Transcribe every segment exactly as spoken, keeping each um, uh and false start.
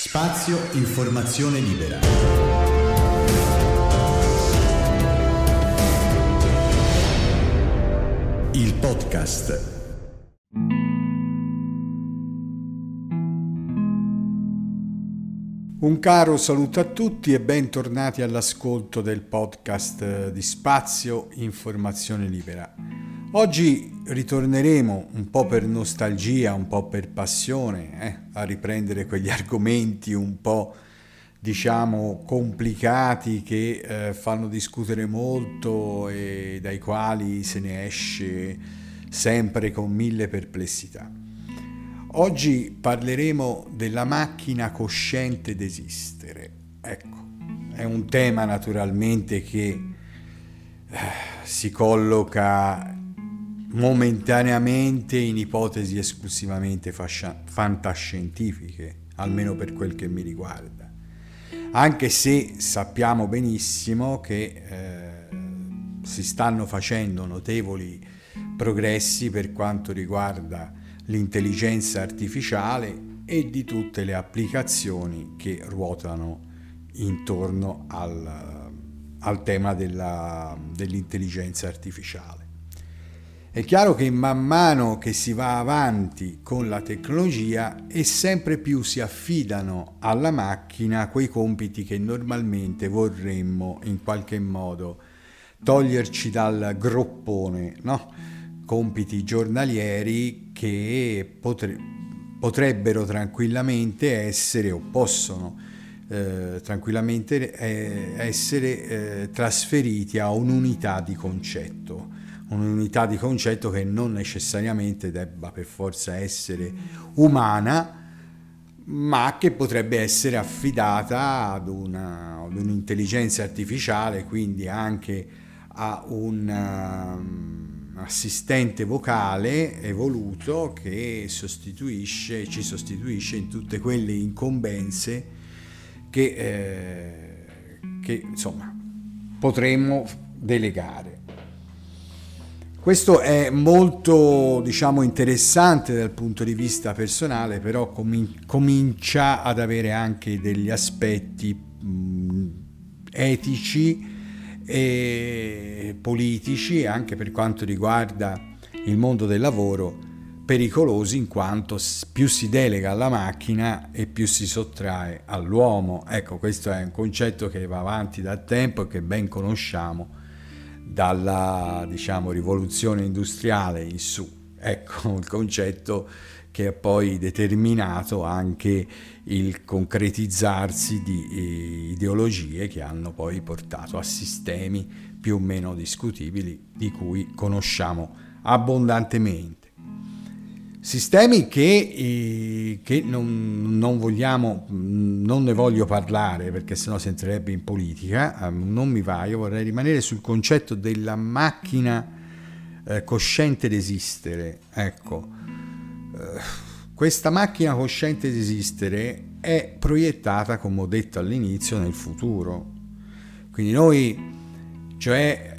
Spazio Informazione Libera. Il podcast. Un caro saluto a tutti e bentornati all'ascolto del podcast di Spazio Informazione Libera. Oggi ritorneremo un po' per nostalgia, un po' per passione, eh, a riprendere quegli argomenti un po', diciamo, complicati che eh, fanno discutere molto e dai quali se ne esce sempre con mille perplessità. Oggi parleremo della macchina cosciente d'esistere. Ecco, è un tema naturalmente che eh, si colloca momentaneamente in ipotesi esclusivamente fascia- fantascientifiche, almeno per quel che mi riguarda. Anche se sappiamo benissimo che eh, si stanno facendo notevoli progressi per quanto riguarda l'intelligenza artificiale e di tutte le applicazioni che ruotano intorno al, al tema della, dell'intelligenza artificiale. È chiaro che man mano che si va avanti con la tecnologia e sempre più si affidano alla macchina quei compiti che normalmente vorremmo in qualche modo toglierci dal groppone, no? Compiti giornalieri che potre, potrebbero tranquillamente essere o possono eh, tranquillamente eh, essere eh, trasferiti a un'unità di concetto, un'unità di concetto che non necessariamente debba per forza essere umana, ma che potrebbe essere affidata ad, una, ad un'intelligenza artificiale, quindi anche a un um, assistente vocale evoluto che sostituisce, ci sostituisce in tutte quelle incombenze che, eh, che insomma potremmo delegare. Questo è molto, diciamo, interessante dal punto di vista personale, però com- comincia ad avere anche degli aspetti mh, etici e politici, anche per quanto riguarda il mondo del lavoro, pericolosi, in quanto più si delega alla macchina e più si sottrae all'uomo. Ecco, questo è un concetto che va avanti da tempo e che ben conosciamo dalla, diciamo, rivoluzione industriale in su. Ecco il concetto che ha poi determinato anche il concretizzarsi di ideologie che hanno poi portato a sistemi più o meno discutibili, di cui conosciamo abbondantemente. Sistemi che, eh, che non, non vogliamo, non ne voglio parlare perché sennò si entrerebbe in politica, eh, non mi va. Io vorrei rimanere sul concetto della macchina eh, cosciente d'esistere. Ecco, eh, questa macchina cosciente d'esistere è proiettata, come ho detto all'inizio, nel futuro. Quindi noi, cioè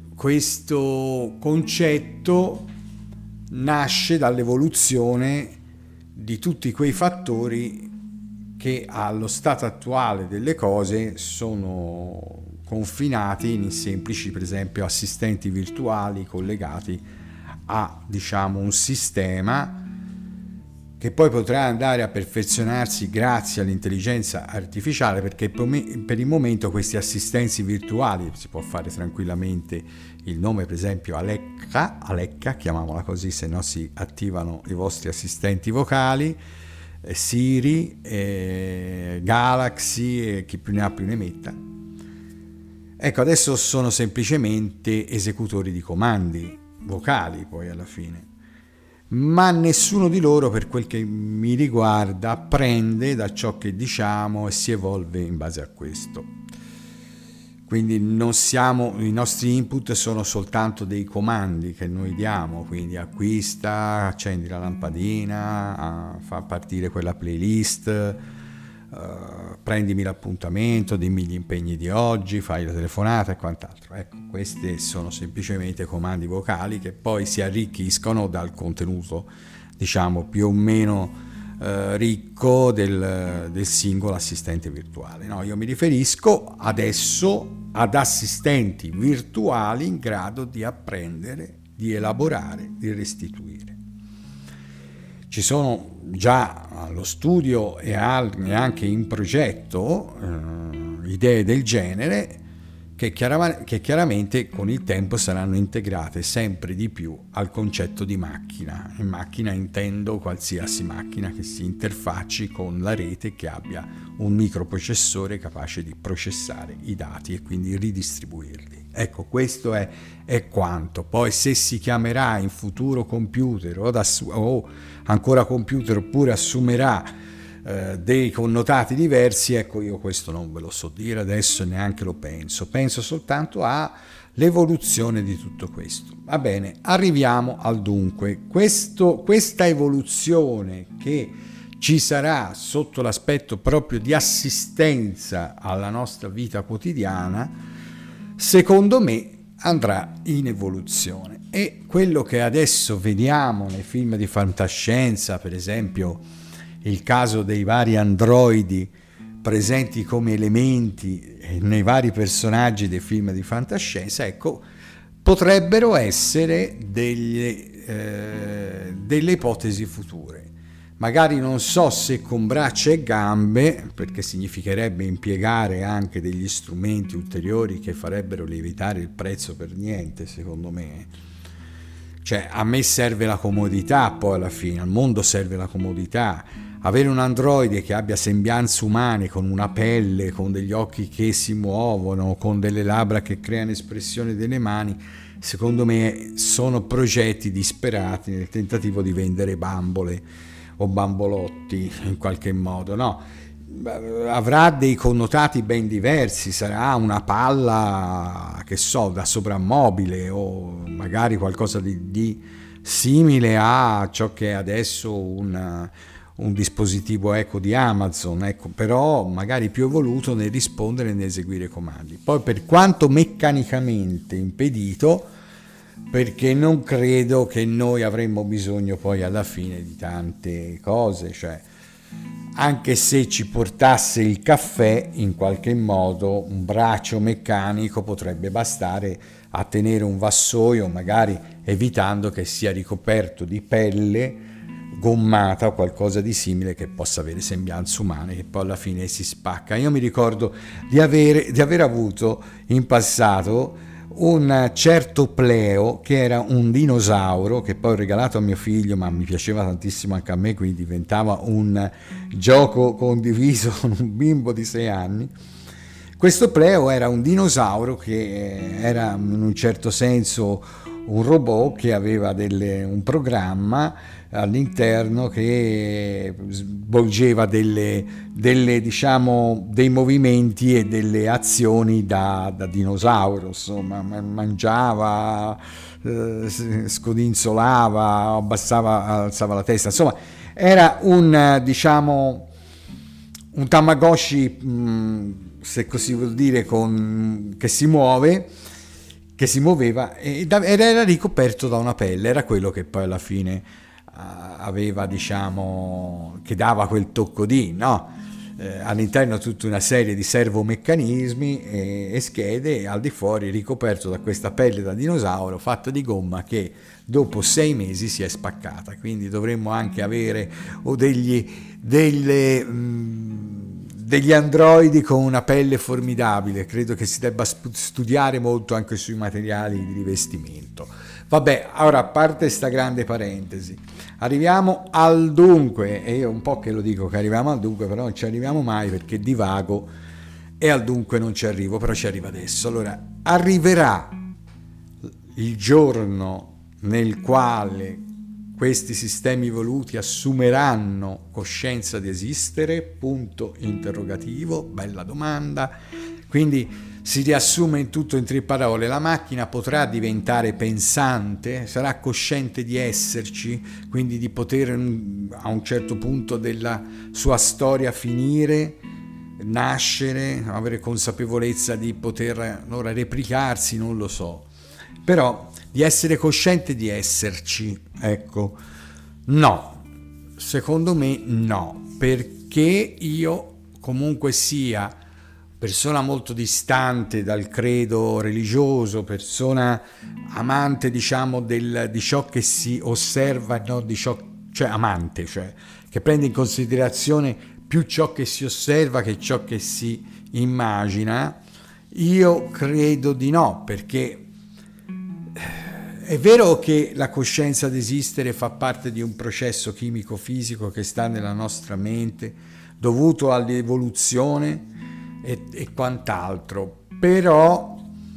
questo concetto nasce dall'evoluzione di tutti quei fattori che allo stato attuale delle cose sono confinati in semplici, per esempio, assistenti virtuali collegati a, diciamo, un sistema che poi potrà andare a perfezionarsi grazie all'intelligenza artificiale, perché per il momento questi assistenti virtuali, si può fare tranquillamente il nome, per esempio Alexa, Alexa, chiamiamola così, se no si attivano i vostri assistenti vocali, eh, Siri, eh, Galaxy, e chi più ne ha più ne metta. Ecco, adesso sono semplicemente esecutori di comandi vocali poi alla fine. Ma nessuno di loro, per quel che mi riguarda, apprende da ciò che diciamo e si evolve in base a questo. Quindi non siamo, i nostri input sono soltanto dei comandi che noi diamo, quindi acquista, accendi la lampadina, fa partire quella playlist, uh, prendimi l'appuntamento, dimmi gli impegni di oggi, fai la telefonata e quant'altro. Ecco, questi sono semplicemente comandi vocali che poi si arricchiscono dal contenuto, diciamo, più o meno eh, ricco del, del singolo assistente virtuale. No, io mi riferisco adesso ad assistenti virtuali in grado di apprendere, di elaborare, di restituire. Ci sono già allo studio e anche in progetto eh, idee del genere che, chiara- che chiaramente con il tempo saranno integrate sempre di più al concetto di macchina. In macchina intendo qualsiasi macchina che si interfacci con la rete, che abbia un microprocessore capace di processare i dati e quindi ridistribuirli. Ecco, questo è, è quanto. Poi se si chiamerà in futuro computer o, assu- o ancora computer oppure assumerà eh, dei connotati diversi, ecco, io questo non ve lo so dire adesso, neanche lo penso. Penso soltanto all'evoluzione di tutto questo. Va bene, arriviamo al dunque. Questo, questa evoluzione che ci sarà sotto l'aspetto proprio di assistenza alla nostra vita quotidiana, secondo me andrà in evoluzione, e quello che adesso vediamo nei film di fantascienza, per esempio il caso dei vari androidi presenti come elementi nei vari personaggi dei film di fantascienza, ecco, potrebbero essere delle, eh, delle ipotesi future. Magari non so se con braccia e gambe, perché significherebbe impiegare anche degli strumenti ulteriori che farebbero lievitare il prezzo per niente, secondo me. Cioè, a me serve la comodità, poi alla fine, al mondo serve la comodità. Avere un androide che abbia sembianze umane, con una pelle, con degli occhi che si muovono, con delle labbra che creano espressione delle mani, secondo me sono progetti disperati nel tentativo di vendere bambole o bambolotti in qualche modo. No, avrà dei connotati ben diversi, sarà una palla, che so, da soprammobile, o magari qualcosa di, di simile a ciò che è adesso un, un dispositivo Echo di Amazon, ecco, però magari più evoluto nel rispondere e nell'eseguire comandi. Poi, per quanto meccanicamente impedito, perché non credo che noi avremmo bisogno poi alla fine di tante cose, cioè anche se ci portasse il caffè, in qualche modo un braccio meccanico potrebbe bastare a tenere un vassoio, magari evitando che sia ricoperto di pelle gommata o qualcosa di simile che possa avere sembianze umane, che poi alla fine si spacca. Io mi ricordo di avere, di aver avuto in passato un certo Pleo, che era un dinosauro che poi ho regalato a mio figlio, ma mi piaceva tantissimo anche a me, quindi diventava un gioco condiviso con un bimbo di sei anni. Questo Pleo era un dinosauro che era in un certo senso un robot che aveva delle, un programma all'interno che svolgeva delle, delle diciamo dei movimenti e delle azioni da, da dinosauro, insomma, mangiava, eh, scodinzolava, abbassava, alzava la testa, insomma era un diciamo un Tamagotchi, mh, se così vuol dire, con, che si muove che si muoveva ed era ricoperto da una pelle, era quello che poi alla fine aveva, diciamo, che dava quel tocco di, no? Eh, all'interno tutta una serie di servomeccanismi e, e schede, e al di fuori ricoperto da questa pelle da dinosauro fatta di gomma che dopo sei mesi si è spaccata. Quindi dovremmo anche avere o degli delle mh, degli androidi con una pelle formidabile. Credo che si debba studiare molto anche sui materiali di rivestimento. Vabbè, ora, a parte sta grande parentesi, arriviamo al dunque, e io un po' che lo dico che arriviamo al dunque, però non ci arriviamo mai perché divago e al dunque non ci arrivo, però ci arrivo adesso. Allora, arriverà il giorno nel quale questi sistemi evoluti assumeranno coscienza di esistere? Punto interrogativo, bella domanda. Quindi si riassume in tutto in tre parole: la macchina potrà diventare pensante, sarà cosciente di esserci, quindi di poter a un certo punto della sua storia finire, nascere, avere consapevolezza di poter ora replicarsi, non lo so, però di essere cosciente di esserci, ecco, no. secondo me no, perché io comunque sia persona molto distante dal credo religioso, persona amante, diciamo, del, di ciò che si osserva, no, di ciò, cioè amante, cioè che prende in considerazione più ciò che si osserva che ciò che si immagina. Io credo di no, perché è vero che la coscienza d'esistere fa parte di un processo chimico-fisico che sta nella nostra mente, dovuto all'evoluzione e, e quant'altro, però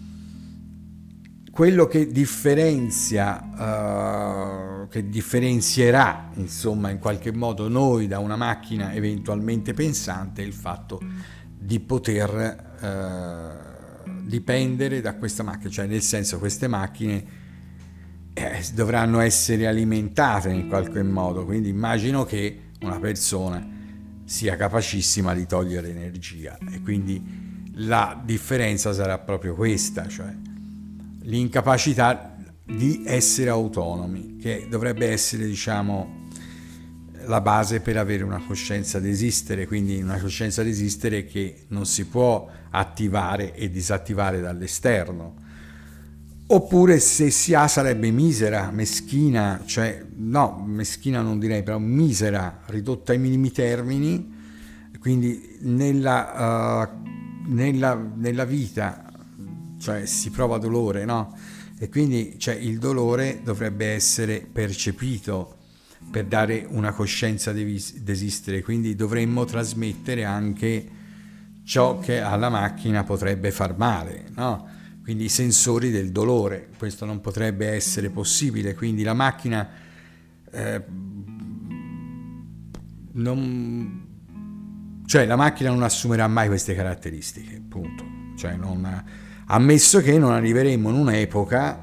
quello che differenzia, uh, che differenzierà, insomma, in qualche modo noi da una macchina eventualmente pensante è il fatto di poter uh, dipendere da questa macchina, cioè nel senso queste macchine eh, dovranno essere alimentate in qualche modo, quindi immagino che una persona sia capacissima di togliere energia e quindi la differenza sarà proprio questa, cioè l'incapacità di essere autonomi, che dovrebbe essere, diciamo, la base per avere una coscienza d'esistere, quindi una coscienza d'esistere che non si può attivare e disattivare dall'esterno. Oppure se si ha sarebbe misera, meschina, cioè no, meschina non direi, però misera, ridotta ai minimi termini, quindi nella, uh, nella, nella vita, cioè si prova dolore, no? E quindi cioè, il dolore dovrebbe essere percepito per dare una coscienza d'esistere, quindi dovremmo trasmettere anche ciò che alla macchina potrebbe far male, no? Quindi i sensori del dolore, questo non potrebbe essere possibile, quindi la macchina eh, non, cioè la macchina non assumerà mai queste caratteristiche, punto. Cioè non, ammesso che non arriveremo in un'epoca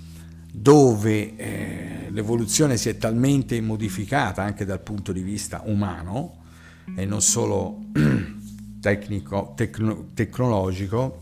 dove eh, l'evoluzione si è talmente modificata anche dal punto di vista umano e non solo tecnico, tecno, tecnologico,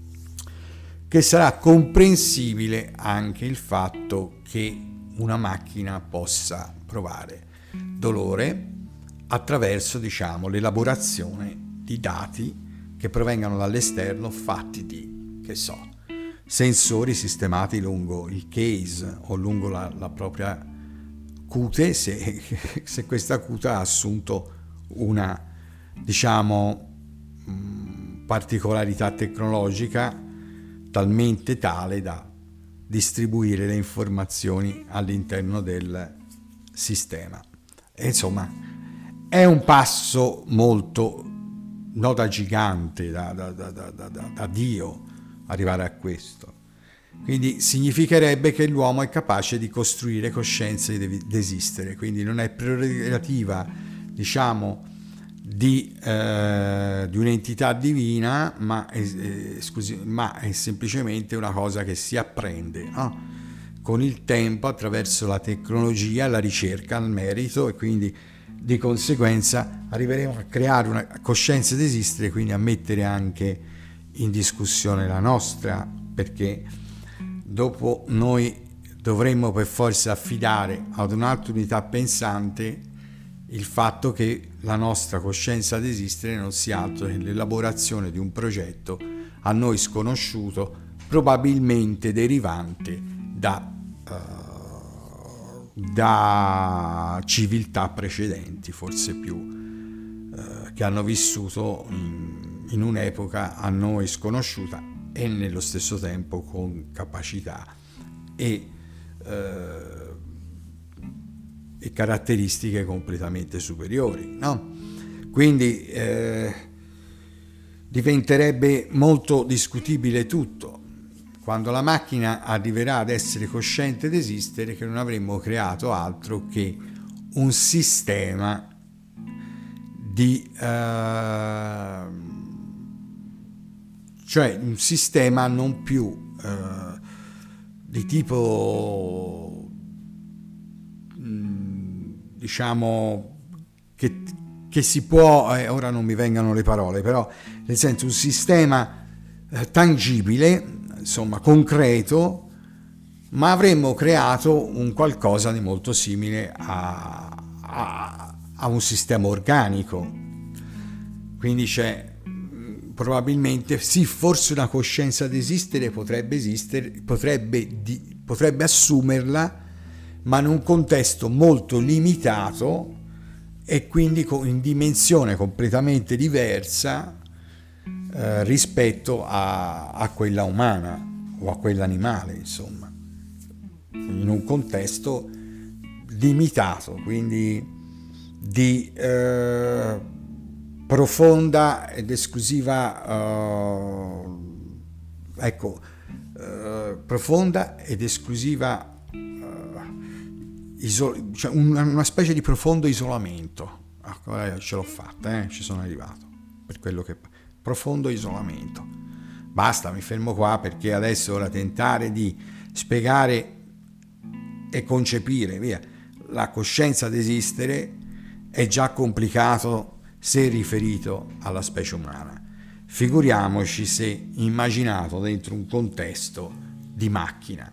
che sarà comprensibile anche il fatto che una macchina possa provare dolore attraverso, diciamo, l'elaborazione di dati che provengano dall'esterno fatti di, che so, sensori sistemati lungo il case o lungo la, la propria cute, se, se questa cute ha assunto una, diciamo, particolarità tecnologica talmente tale da distribuire le informazioni all'interno del sistema. E insomma, è un passo molto, no, da gigante, da, da, da, da, da, da Dio, arrivare a questo. Quindi significherebbe che l'uomo è capace di costruire coscienze d'esistere, quindi non è prerogativa, diciamo, di, eh, di un'entità divina, ma è, eh, scusi, ma è semplicemente una cosa che si apprende, no? Con il tempo, attraverso la tecnologia, la ricerca, il merito, e quindi di conseguenza arriveremo a creare una coscienza d'esistere, quindi a mettere anche in discussione la nostra, perché dopo noi dovremmo per forza affidare ad un'altra unità pensante il fatto che la nostra coscienza d'esistere non sia altro che l'elaborazione di un progetto a noi sconosciuto, probabilmente derivante da, uh, da civiltà precedenti, forse più, uh, che hanno vissuto in, in un'epoca a noi sconosciuta e nello stesso tempo con capacità e uh, e caratteristiche completamente superiori, no? Quindi eh, diventerebbe molto discutibile tutto. Quando la macchina arriverà ad essere cosciente d'esistere, che non avremmo creato altro che un sistema di eh, cioè un sistema non più eh, di tipo, diciamo, che, che si può, eh, ora non mi vengano le parole, però nel senso un sistema eh, tangibile, insomma concreto, ma avremmo creato un qualcosa di molto simile a, a, a un sistema organico. Quindi c'è probabilmente, sì, forse una coscienza ad esistere potrebbe esistere, potrebbe, di, potrebbe assumerla, ma in un contesto molto limitato e quindi in dimensione completamente diversa eh, rispetto a, a quella umana o a quella animale, insomma, in un contesto limitato, quindi di eh, profonda ed esclusiva uh, ecco uh, profonda ed esclusiva uh, isol- cioè una, una specie di profondo isolamento. Ah, ce l'ho fatta, eh? Ci sono arrivato, per quello che profondo isolamento. Basta, mi fermo qua, perché adesso ora tentare di spiegare e concepire via la coscienza ad esistere è già complicato se riferito alla specie umana. Figuriamoci se immaginato dentro un contesto di macchina.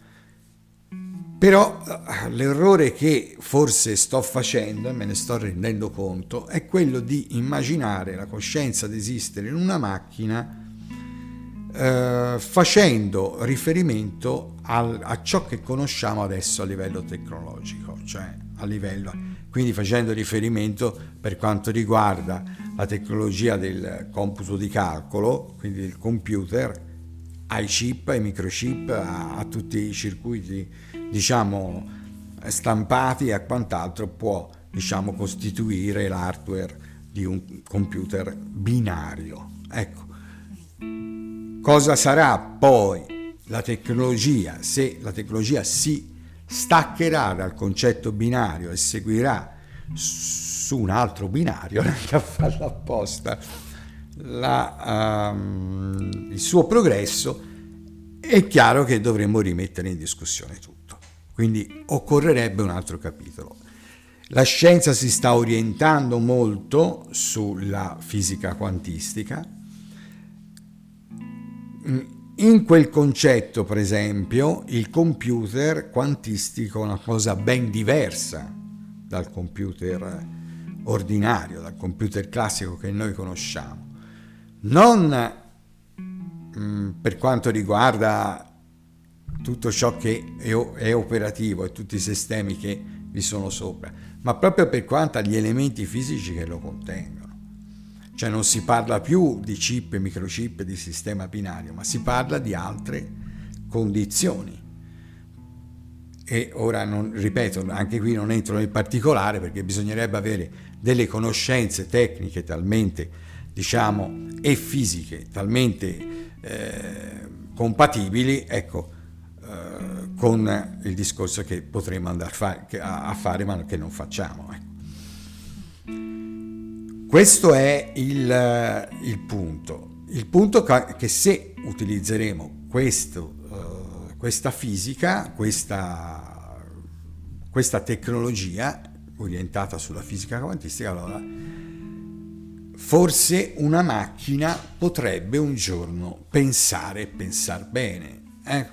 Però l'errore che forse sto facendo, e me ne sto rendendo conto, è quello di immaginare la coscienza ad esistere in una macchina eh, facendo riferimento al, a ciò che conosciamo adesso a livello tecnologico, cioè a livello, quindi facendo riferimento per quanto riguarda la tecnologia del computo di calcolo, quindi del computer, ai chip, ai microchip, a, a tutti i circuiti, diciamo, stampati e a quant'altro può, diciamo, costituire l'hardware di un computer binario. Ecco, cosa sarà poi la tecnologia, se la tecnologia si staccherà dal concetto binario e seguirà su un altro binario, a farlo apposta, la, um, il suo progresso, è chiaro che dovremmo rimettere in discussione tutto. Quindi occorrerebbe un altro capitolo. La scienza si sta orientando molto sulla fisica quantistica. In quel concetto, per esempio, il computer quantistico è una cosa ben diversa dal computer ordinario, dal computer classico che noi conosciamo. Non mh, per quanto riguarda tutto ciò che è, è operativo e tutti i sistemi che vi sono sopra, ma proprio per quanto agli elementi fisici che lo contengono. Cioè non si parla più di chip, microchip, di sistema binario, ma si parla di altre condizioni. E ora, non, ripeto, anche qui non entro nel particolare, perché bisognerebbe avere delle conoscenze tecniche talmente, diciamo, e fisiche talmente eh, compatibili, ecco, eh, con il discorso che potremmo andare fa- a fare, ma che non facciamo. Ecco. Questo è il, il punto. Il punto che se utilizzeremo questo, uh, questa fisica, questa, questa tecnologia orientata sulla fisica quantistica, allora forse una macchina potrebbe un giorno pensare e pensar bene. Eh?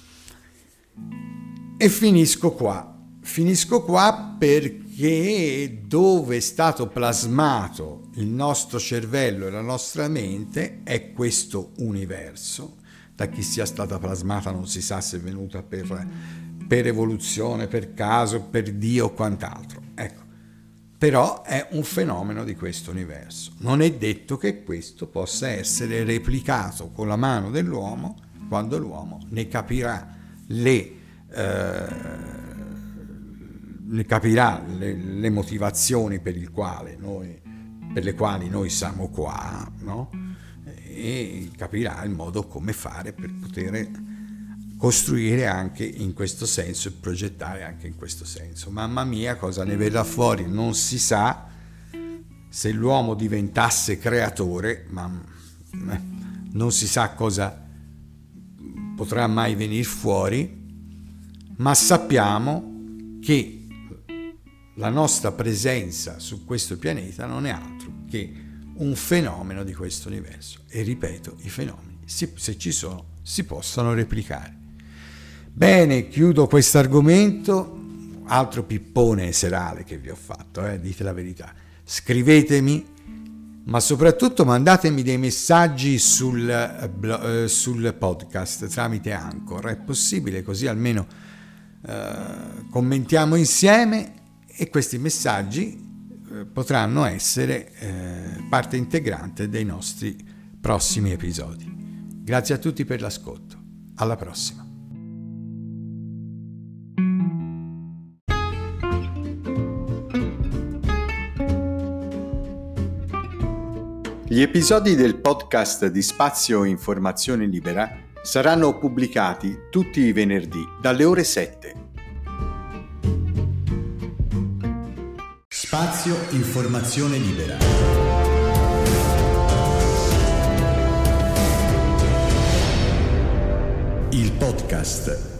E finisco qua. Finisco qua perché dove è stato plasmato il nostro cervello e la nostra mente è questo universo. Da chi sia stata plasmata non si sa se è venuta per, per evoluzione, per caso, per Dio o quant'altro. Ecco, però è un fenomeno di questo universo. Non è detto che questo possa essere replicato con la mano dell'uomo quando l'uomo ne capirà le... Eh, ne capirà le, le motivazioni per, il quale noi, per le quali noi siamo qua, no? E capirà il modo come fare per poter costruire anche in questo senso e progettare anche in questo senso. Mamma mia, cosa ne verrà fuori non si sa. Se l'uomo diventasse creatore, ma eh, non si sa cosa potrà mai venire fuori, ma sappiamo che la nostra presenza su questo pianeta non è altro che un fenomeno di questo universo. E ripeto, i fenomeni, se ci sono, si possono replicare. Bene, chiudo questo argomento. altro pippone serale che vi ho fatto, eh, dite la verità. Scrivetemi, ma soprattutto mandatemi dei messaggi sul, eh, sul podcast tramite Anchor. È possibile, così almeno eh, commentiamo insieme e questi messaggi eh, potranno essere eh, parte integrante dei nostri prossimi episodi. Grazie a tutti per l'ascolto. Alla prossima. Gli episodi del podcast di Spazio Informazione Libera saranno pubblicati tutti i venerdì dalle ore sette. Spazio Informazione Libera. Il podcast.